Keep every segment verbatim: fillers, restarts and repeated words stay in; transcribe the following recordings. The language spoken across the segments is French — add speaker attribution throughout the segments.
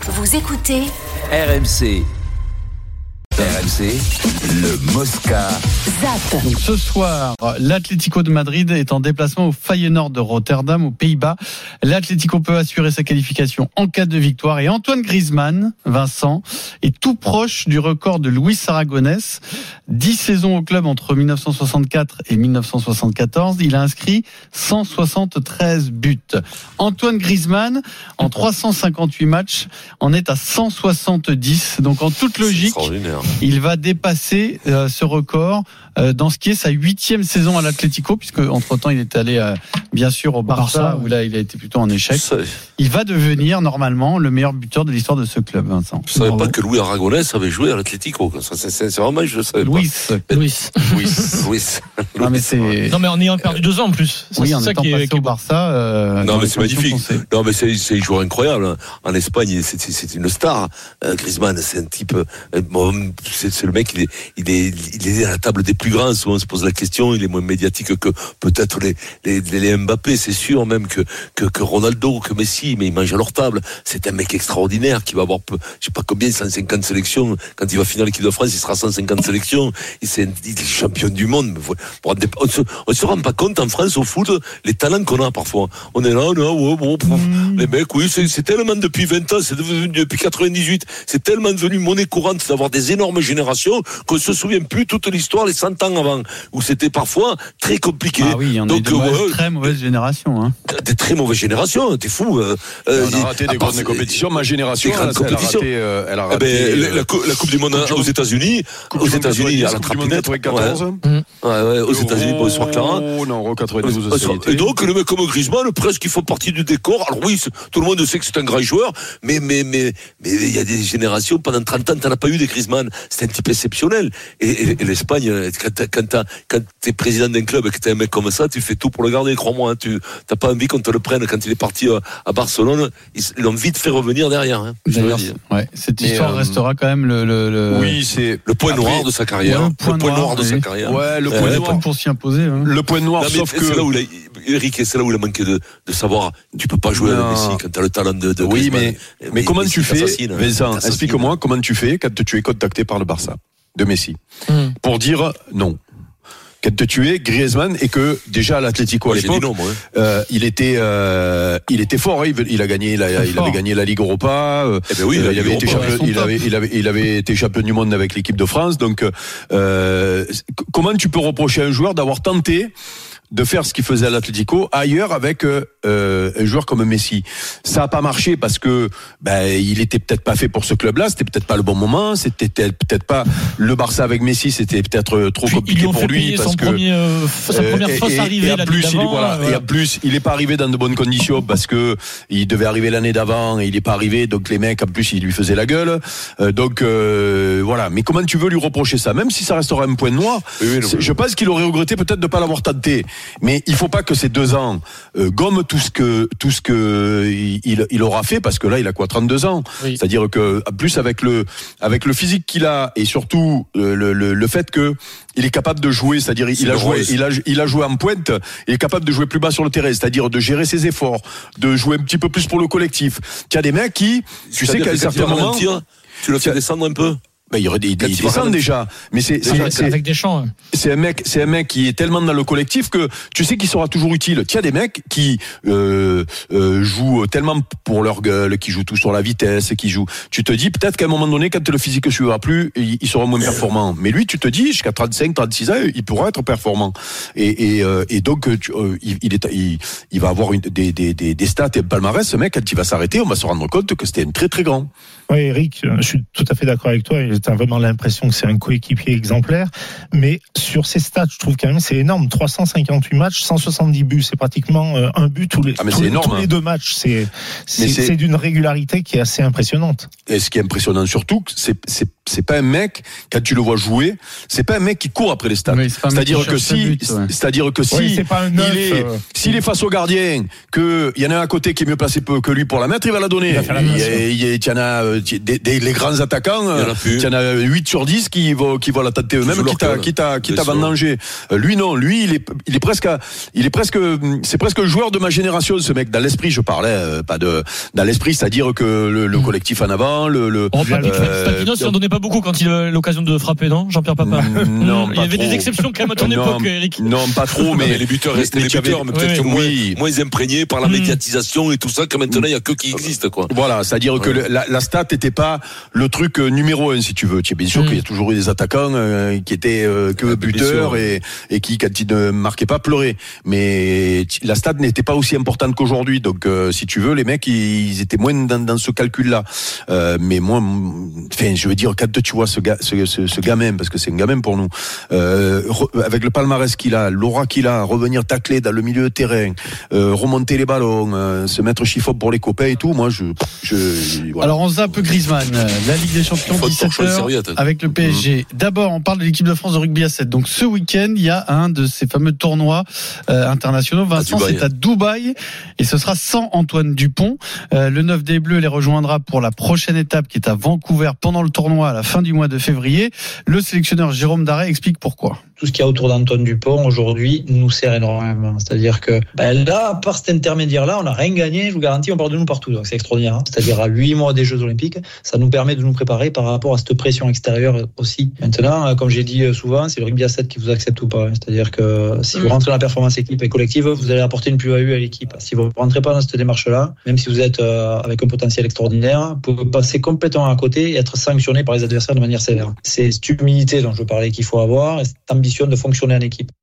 Speaker 1: Vous écoutez
Speaker 2: R M C. R M C, le Mosca.
Speaker 1: Zap.
Speaker 3: Donc ce soir, l'Atlético de Madrid est en déplacement au Feyenoord de Rotterdam, aux Pays-Bas. L'Atlético peut assurer sa qualification en cas de victoire. Et Antoine Griezmann, Vincent, est tout proche du record de Luis Aragonès. Dix saisons au club entre dix-neuf cent soixante-quatre et dix-neuf cent soixante-quatorze. Il a inscrit cent soixante-treize buts. Antoine Griezmann, en trois cent cinquante-huit matchs, en est à cent soixante-dix. Donc en toute logique, il va dépasser euh, ce record euh, dans ce qui est sa huitième saison à l'Atlético, puisque entre-temps il est allé euh, bien sûr au Barça, Barça, où là il a été plutôt en échec. Il va devenir normalement le meilleur buteur de l'histoire de ce club, Vincent.
Speaker 4: Je ne savais pas que Louis Aragonès avait joué à l'Atlético. Ça, c'est, c'est, c'est vraiment, je le savais
Speaker 3: Louis.
Speaker 4: pas.
Speaker 3: Louis.
Speaker 4: Louis. Louis.
Speaker 3: Non mais c'est.
Speaker 5: Non mais en ayant perdu deux ans en plus.
Speaker 3: Ça, oui,
Speaker 5: c'est
Speaker 3: en
Speaker 5: ça
Speaker 3: étant
Speaker 5: qui
Speaker 3: passé
Speaker 5: est,
Speaker 3: au Barça. Euh,
Speaker 4: non mais c'est magnifique. Non mais c'est, c'est un joueur incroyable. En Espagne, c'est, c'est, c'est une star. Euh, Griezmann, c'est un type. Euh, bon, c'est, c'est le mec. Il est, il est, il est à la table des plus grands. Souvent on se pose la question. Il est moins médiatique que peut-être les, les, les Mbappé. C'est sûr même que, que que Ronaldo, que Messi. Mais il mange à leur table. C'est un mec extraordinaire qui va avoir, peu, je sais pas combien, cent cinquante sélections. Quand il va finir l'équipe de France, il sera cent cinquante sélections. Il, c'est un, il est champion du monde. On se, on se rend pas compte en France au foot les talents qu'on a parfois. On est là, on est là, ouais, bon, mmh. Les mecs, oui, c'est, c'est tellement depuis vingt ans, c'est devenu depuis quatre-vingt-dix-huit, c'est tellement devenu monnaie courante d'avoir des énormes générations qu'on se souvient plus toute l'histoire les cent ans avant, où c'était parfois très compliqué.
Speaker 3: Ah oui, il y en a eu de mauvaises, ouais, très mauvaises générations. Hein.
Speaker 4: Des très mauvaises générations, t'es fou. Euh,
Speaker 6: on a raté des grandes compétitions. Ma génération, elle, elle a raté. Euh, elle a raté
Speaker 4: eh ben, euh, la, la, la Coupe du Monde coupe aux États-Unis, aux États-Unis à la trapinette.
Speaker 6: quatre-vingt-quatorze.
Speaker 4: Ouais. Ouais, ouais, aux États-Unis, bonsoir Clara.
Speaker 6: Oh non, Euro quatre-vingt-douze aussi.
Speaker 4: Et donc, le mec comme Griezmann, presque, ils font partie du décor. Alors oui, tout le monde sait que c'est un grand joueur, mais, mais, mais, mais, il y a des générations, pendant trente ans, t'en as pas eu des Griezmann. C'est un type exceptionnel. Et, et, et l'Espagne, quand, t'as, quand, t'as, quand t'es président d'un club et que t'es un mec comme ça, tu fais tout pour le garder, crois-moi, hein, tu, t'as pas envie qu'on te le prenne. Quand il est parti à Barcelone, ils l'ont vite fait revenir derrière, hein.
Speaker 3: D'ailleurs, ouais, cette histoire euh, restera quand même le, le, le...
Speaker 4: Oui, c'est le point Après, noir de sa carrière.
Speaker 3: Ouais, le point,
Speaker 4: le point
Speaker 3: noir,
Speaker 4: noir de
Speaker 3: oui.
Speaker 4: sa carrière.
Speaker 6: Ouais, le
Speaker 4: euh,
Speaker 6: point
Speaker 4: ouais,
Speaker 6: noir
Speaker 3: pour s'y imposer. Hein.
Speaker 6: Le point noir,
Speaker 4: non,
Speaker 6: sauf que
Speaker 4: c'est là où il a, Eric, c'est là où il a manqué de, de savoir. Tu peux pas jouer non. avec Messi quand t'as le talent de. de
Speaker 6: oui, mais, mais, mais comment tu fais, Vincent, explique-moi comment tu fais quand tu es contacté par le Barça de Messi mmh. pour dire non. Quand tu es Griezmann et que déjà à l'Atlético à
Speaker 4: ouais,
Speaker 6: l'époque,
Speaker 4: non, moi, hein.
Speaker 6: euh, il était, euh, il était fort. Il, il a gagné, la, il avait gagné la Ligue Europa. Euh,
Speaker 4: eh ben oui,
Speaker 6: euh, il avait été champion, il avait, il avait, il avait été champion du monde avec l'équipe de France. Donc, euh, comment tu peux reprocher à un joueur d'avoir tenté de faire ce qu'il faisait à l'Atlético ailleurs avec euh, un joueur comme Messi? Ça a pas marché parce que ben il était peut-être pas fait pour ce club-là, c'était peut-être pas le bon moment, c'était peut-être pas le Barça avec Messi, c'était peut-être trop
Speaker 5: Puis,
Speaker 6: compliqué pour lui parce que
Speaker 5: premier, euh, sa première euh, fausse
Speaker 6: et,
Speaker 5: arrivée
Speaker 6: et, et plus, il, voilà,
Speaker 5: voilà.
Speaker 6: et en plus il est pas arrivé dans de bonnes conditions parce que il devait arriver l'année d'avant et il est pas arrivé, donc les mecs en plus ils lui faisaient la gueule, euh, donc euh, voilà. Mais comment tu veux lui reprocher ça, même si ça restera un point noir? Oui, oui, non, je pense qu'il aurait regretté peut-être de pas l'avoir tenté. Mais il faut pas que ces deux ans euh, gomment tout ce que tout ce que il, il aura fait, parce que là il a quoi, trente-deux ans. Oui. C'est-à-dire que plus avec le avec le physique qu'il a et surtout le le, le fait que il est capable de jouer, c'est-à-dire il, il a joué il a il a joué en pointe, il est capable de jouer plus bas sur le terrain, c'est-à-dire de gérer ses efforts, de jouer un petit peu plus pour le collectif. Tu as des mecs qui, tu sais qu'à un certain moment,
Speaker 4: tu le fais descendre un peu.
Speaker 6: Ben, il, il, il descend déjà, mais c'est, c'est,
Speaker 5: c'est avec des champs. Hein.
Speaker 6: C'est un mec, c'est un mec qui est tellement dans le collectif que tu sais qu'il sera toujours utile. Tu as des mecs qui euh, euh, jouent tellement pour leur gueule, qui jouent tout sur la vitesse, qui jouent. Tu te dis peut-être qu'à un moment donné, quand le physique ne suivra plus, il, il sera moins performant. Mais lui, tu te dis jusqu'à trente-cinq, trente-six ans, il pourra être performant. Et, et, euh, et donc, tu, euh, il, il, est, il, il va avoir une, des, des, des, des stats et un palmarès. Ce mec, quand il va s'arrêter, on va se rendre compte que c'était un très très grand.
Speaker 7: Oui, Eric, je suis tout à fait d'accord avec toi. T'as vraiment l'impression que c'est un coéquipier exemplaire. Mais sur ces stats, je trouve quand même c'est énorme. trois cent cinquante-huit matchs, cent soixante-dix buts. C'est pratiquement un but tous les,
Speaker 6: ah,
Speaker 7: tous,
Speaker 6: énorme,
Speaker 7: tous
Speaker 6: hein.
Speaker 7: les deux matchs. C'est, c'est,
Speaker 6: c'est...
Speaker 7: c'est d'une régularité qui est assez impressionnante.
Speaker 6: Et ce qui est impressionnant surtout, c'est, c'est, c'est pas un mec, quand tu le vois jouer, c'est pas un mec qui court après les stats.
Speaker 3: Oui,
Speaker 6: c'est-à-dire que si, but, ouais. c'est-à-dire que si,
Speaker 7: oui, c'est pas un neuf,
Speaker 6: il est, euh... s'il est face au gardien, que il y en a un à côté qui est mieux placé que lui pour la mettre, il va la donner. Il y en a, des, des, les grands attaquants, il y en a plus. en a huit sur dix qui vont, qui vont la tenter eux-mêmes, quitte à, quitte à, quitte à vendanger. Lui, non, lui, il est, il est presque, à, il est presque, c'est presque le joueur de ma génération, ce mec. Dans l'esprit, je parlais, euh, pas de, dans l'esprit, c'est-à-dire que le, le collectif en avant, le, le,
Speaker 5: oh, euh, Spalvinos, il en donnait pas beaucoup quand il a l'occasion de frapper, non? Jean-Pierre Papin.
Speaker 6: Non,
Speaker 5: il y avait trop. Des exceptions quand même à ton
Speaker 6: non,
Speaker 5: époque, Eric.
Speaker 6: Non, pas trop, mais,
Speaker 4: mais les buteurs restaient les buteurs, mais peut-être
Speaker 6: oui.
Speaker 4: moins, moins imprégnés par la
Speaker 5: mmh.
Speaker 4: médiatisation et tout ça, que maintenant, il y a que qui existe, quoi.
Speaker 6: Voilà, c'est-à-dire ouais. que le, la, la stat n'était pas le truc numéro un, si tu veux. Tu es bien sûr mmh. qu'il y a toujours eu des attaquants euh, qui étaient euh, que buteurs et, et qui, quand ils ne marquaient pas, pleuraient. Mais la stat n'était pas aussi importante qu'aujourd'hui. Donc, euh, si tu veux, les mecs, ils, ils étaient moins dans, dans ce calcul-là. Euh, mais moi, enfin, je veux dire, quand tu vois ce, ga, ce, ce, ce gamin, parce que c'est un gamin pour nous, euh, re, avec le palmarès qu'il a, l'aura qu'il a, revenir tacler dans le milieu de terrain, euh, remonter les ballons, euh, se mettre chiffon pour les copains et tout, moi, je... je voilà.
Speaker 3: Alors, on zappe Griezmann, la Ligue des Champions, dix-sept heures, avec le P S G. Mmh. D'abord, on parle de l'équipe de France de rugby à sept. Donc, ce week-end, il y a un de ces fameux tournois euh, internationaux. Vincent, à c'est à Dubaï, et ce sera sans Antoine Dupont. Euh, le neuf des Bleus les rejoindra pour la prochaine étape qui est à Vancouver pendant le tournoi à la fin du mois de février. Le sélectionneur Jérôme Darret explique pourquoi.
Speaker 1: Tout ce qu'il y a autour d'Antoine Dupont aujourd'hui nous sert énormément. C'est-à-dire que ben là, par cet intermédiaire-là, on n'a rien gagné. Je vous garantis, on parle de nous partout. Donc c'est extraordinaire. Hein. C'est-à-dire à huit mois des Jeux Olympiques, ça nous permet de nous préparer par rapport à cette pression extérieure aussi. Maintenant, comme j'ai dit souvent, c'est le rugby à sept qui vous accepte ou pas. C'est-à-dire que si vous rentrez dans la performance équipe et collective, vous allez apporter une plus-value à l'équipe. Si vous ne rentrez pas dans cette démarche-là, même si vous êtes avec un potentiel extraordinaire, vous pouvez passer complètement à côté et être sanctionné par les adversaires de manière sévère. C'est cette humilité dont je parlais qu'il faut avoir et cette ambition de fonctionner en équipe.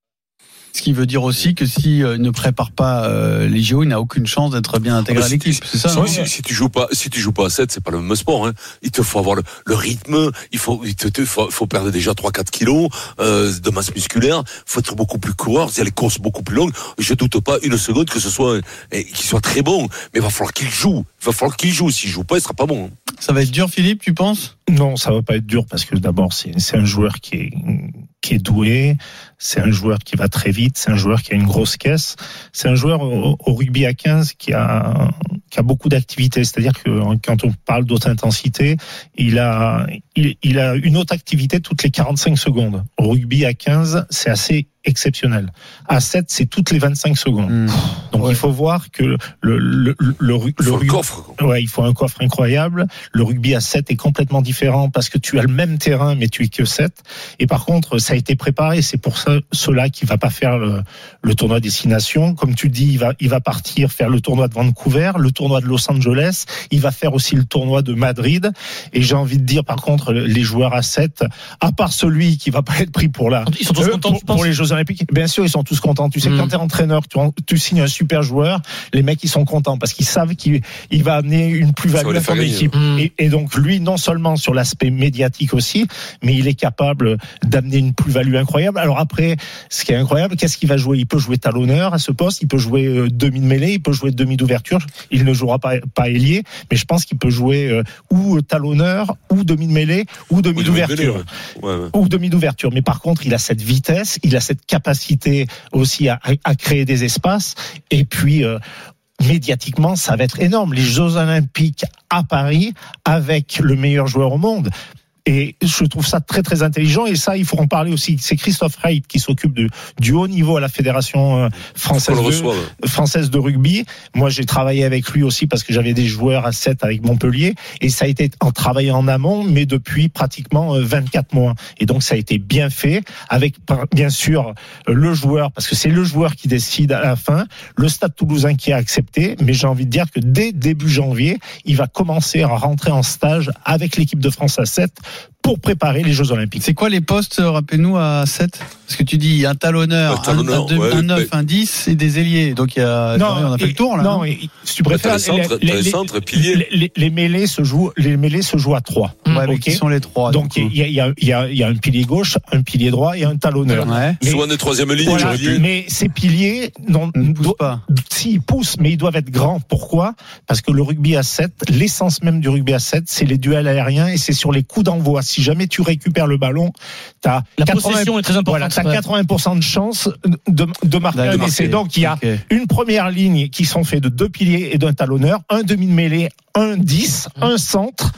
Speaker 3: Ce qui veut dire aussi que si euh, ne prépare pas euh, les J O, il n'a aucune chance d'être bien intégré ah bah à l'équipe.
Speaker 4: C'est ça. Si, si, si tu joues pas, si tu joues pas à sept, c'est pas le même sport. Hein. Il te faut avoir le, le rythme. Il faut, il te, te faut, faut perdre déjà trois quatre kilos euh, de masse musculaire. Faut être beaucoup plus coureur. Il y a les courses beaucoup plus longues. Je doute pas une seconde que ce soit, eh, qu'il soit très bon. Mais il va falloir qu'il joue. Il va falloir qu'il joue. S'il joue pas, il sera pas bon. Hein.
Speaker 3: Ça va être dur, Philippe, tu penses?
Speaker 7: Non, ça va pas être dur parce que d'abord c'est, c'est un joueur qui est qui est doué, c'est un joueur qui va très vite, c'est un joueur qui a une grosse caisse, c'est un joueur au, au rugby à quinze qui a qui a beaucoup d'activités, c'est-à-dire que quand on parle d'autre intensité, il a il, il a une autre activité toutes les quarante-cinq secondes. Au rugby à quinze, c'est assez exceptionnel. À sept, c'est toutes les vingt-cinq secondes. Mmh. Donc ouais. il faut voir que le le le, le, le,
Speaker 4: il faut
Speaker 7: le rugby,
Speaker 4: un coffre.
Speaker 7: Ouais, il faut un coffre incroyable. Le rugby à sept est complètement différent parce que tu as le même terrain mais tu es que sept. Et par contre, ça a été préparé, c'est pour ça cela qui va pas faire le, le tournoi destination. Comme tu dis, il va il va partir faire le tournoi de Vancouver, le tournoi de Los Angeles, il va faire aussi le tournoi de Madrid. Et j'ai envie de dire par contre les joueurs à sept, à part celui qui va pas être pris pour la
Speaker 5: ils sont tous euh, contents,
Speaker 7: pour, pour les Jeux Olympiques. Bien sûr, ils sont tous contents. Tu sais, mmh. quand t'es entraîneur, tu, tu signes un super joueur, les mecs, ils sont contents parce qu'ils savent qu'il il va amener une plus-value à ton équipe. Mmh. Et, et donc, lui, non seulement sur l'aspect médiatique aussi, mais il est capable d'amener une plus-value incroyable. Alors après, ce qui est incroyable, qu'est-ce qu'il va jouer? Il peut jouer talonneur à ce poste, il peut jouer euh, demi de mêlée, il peut jouer demi d'ouverture. Il ne jouera pas, pas ailier, mais je pense qu'il peut jouer euh, ou talonneur, ou demi de mêlée, ou demi oui, d'ouverture. Ouais. Ouais, ouais. Ou demi d'ouverture. Mais par contre, il a cette vitesse, il a cette capacité aussi à, à créer des espaces et puis euh, médiatiquement ça va être énorme, les Jeux Olympiques à Paris avec le meilleur joueur au monde. Et je trouve ça très très intelligent et ça il faut en parler aussi. C'est Christophe Reit qui s'occupe de, du haut niveau à la fédération française,
Speaker 4: reçoit,
Speaker 7: de,
Speaker 4: ouais.
Speaker 7: française de rugby. Moi j'ai travaillé avec lui aussi parce que j'avais des joueurs à sept avec Montpellier et ça a été en travaillant en amont mais depuis pratiquement vingt-quatre mois. Et donc ça a été bien fait avec bien sûr le joueur parce que c'est le joueur qui décide à la fin, le Stade Toulousain qui a accepté, mais j'ai envie de dire que dès début janvier, il va commencer à rentrer en stage avec l'équipe de France à sept pour préparer les Jeux Olympiques.
Speaker 3: C'est quoi les postes, rappelez-nous, à sept? Parce que tu dis un talonneur, un, talonneur, un, deux, ouais, un neuf, mais... un dix et des ailiers. Donc il y a,
Speaker 7: non,
Speaker 3: on a fait
Speaker 7: et,
Speaker 3: le tour là.
Speaker 7: Non, et, si tu préfères,
Speaker 4: les, centres, les, les, les, centres,
Speaker 7: les, les, les mêlés se jouent, les mêlés se jouent à trois.
Speaker 3: Ouais, okay. Mais qui sont les trois?
Speaker 7: Donc il y a, il y a, il y a, il y a un pilier gauche, un pilier droit et un talonneur.
Speaker 4: Ouais. Mais, souvent des troisième lignes,
Speaker 7: voilà,
Speaker 4: j'aurais dit.
Speaker 7: Mais ces piliers non,
Speaker 3: ne poussent pas.
Speaker 7: Si, ils poussent, mais ils doivent être grands. Pourquoi? Parce que le rugby à sept, l'essence même du rugby à sept, c'est les duels aériens et c'est sur les coups d'envoi. Si jamais tu récupères le ballon, t'as
Speaker 5: la possession est très importante.
Speaker 7: Voilà, t'as quatre-vingts pour cent de chance de, de marquer un essai. Donc il y a okay. une première ligne qui sont faits de deux piliers et d'un talonneur, un demi de mêlée, un dix, mmh. un centre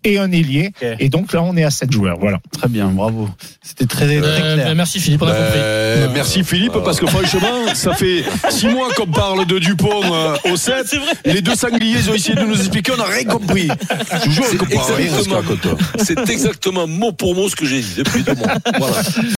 Speaker 7: et un ailier.
Speaker 3: Okay.
Speaker 7: Et donc là, on est à sept joueurs. Voilà.
Speaker 3: Très bien, bravo. C'était très, très
Speaker 5: Euh,
Speaker 3: clair.
Speaker 5: Merci Philippe, on a compris.
Speaker 6: Euh, merci Philippe, parce que franchement, ça fait six mois qu'on parle de Dupont euh, au sept.
Speaker 5: C'est vrai.
Speaker 6: Les deux sangliers ils ont essayé de nous expliquer, on n'a rien compris. Je vous jure, on
Speaker 4: C'est
Speaker 6: comprend rien à ce qu'on
Speaker 4: exactement,
Speaker 6: raconte.
Speaker 4: c'est exactement mot pour mot ce que j'ai dit depuis deux mois. Voilà.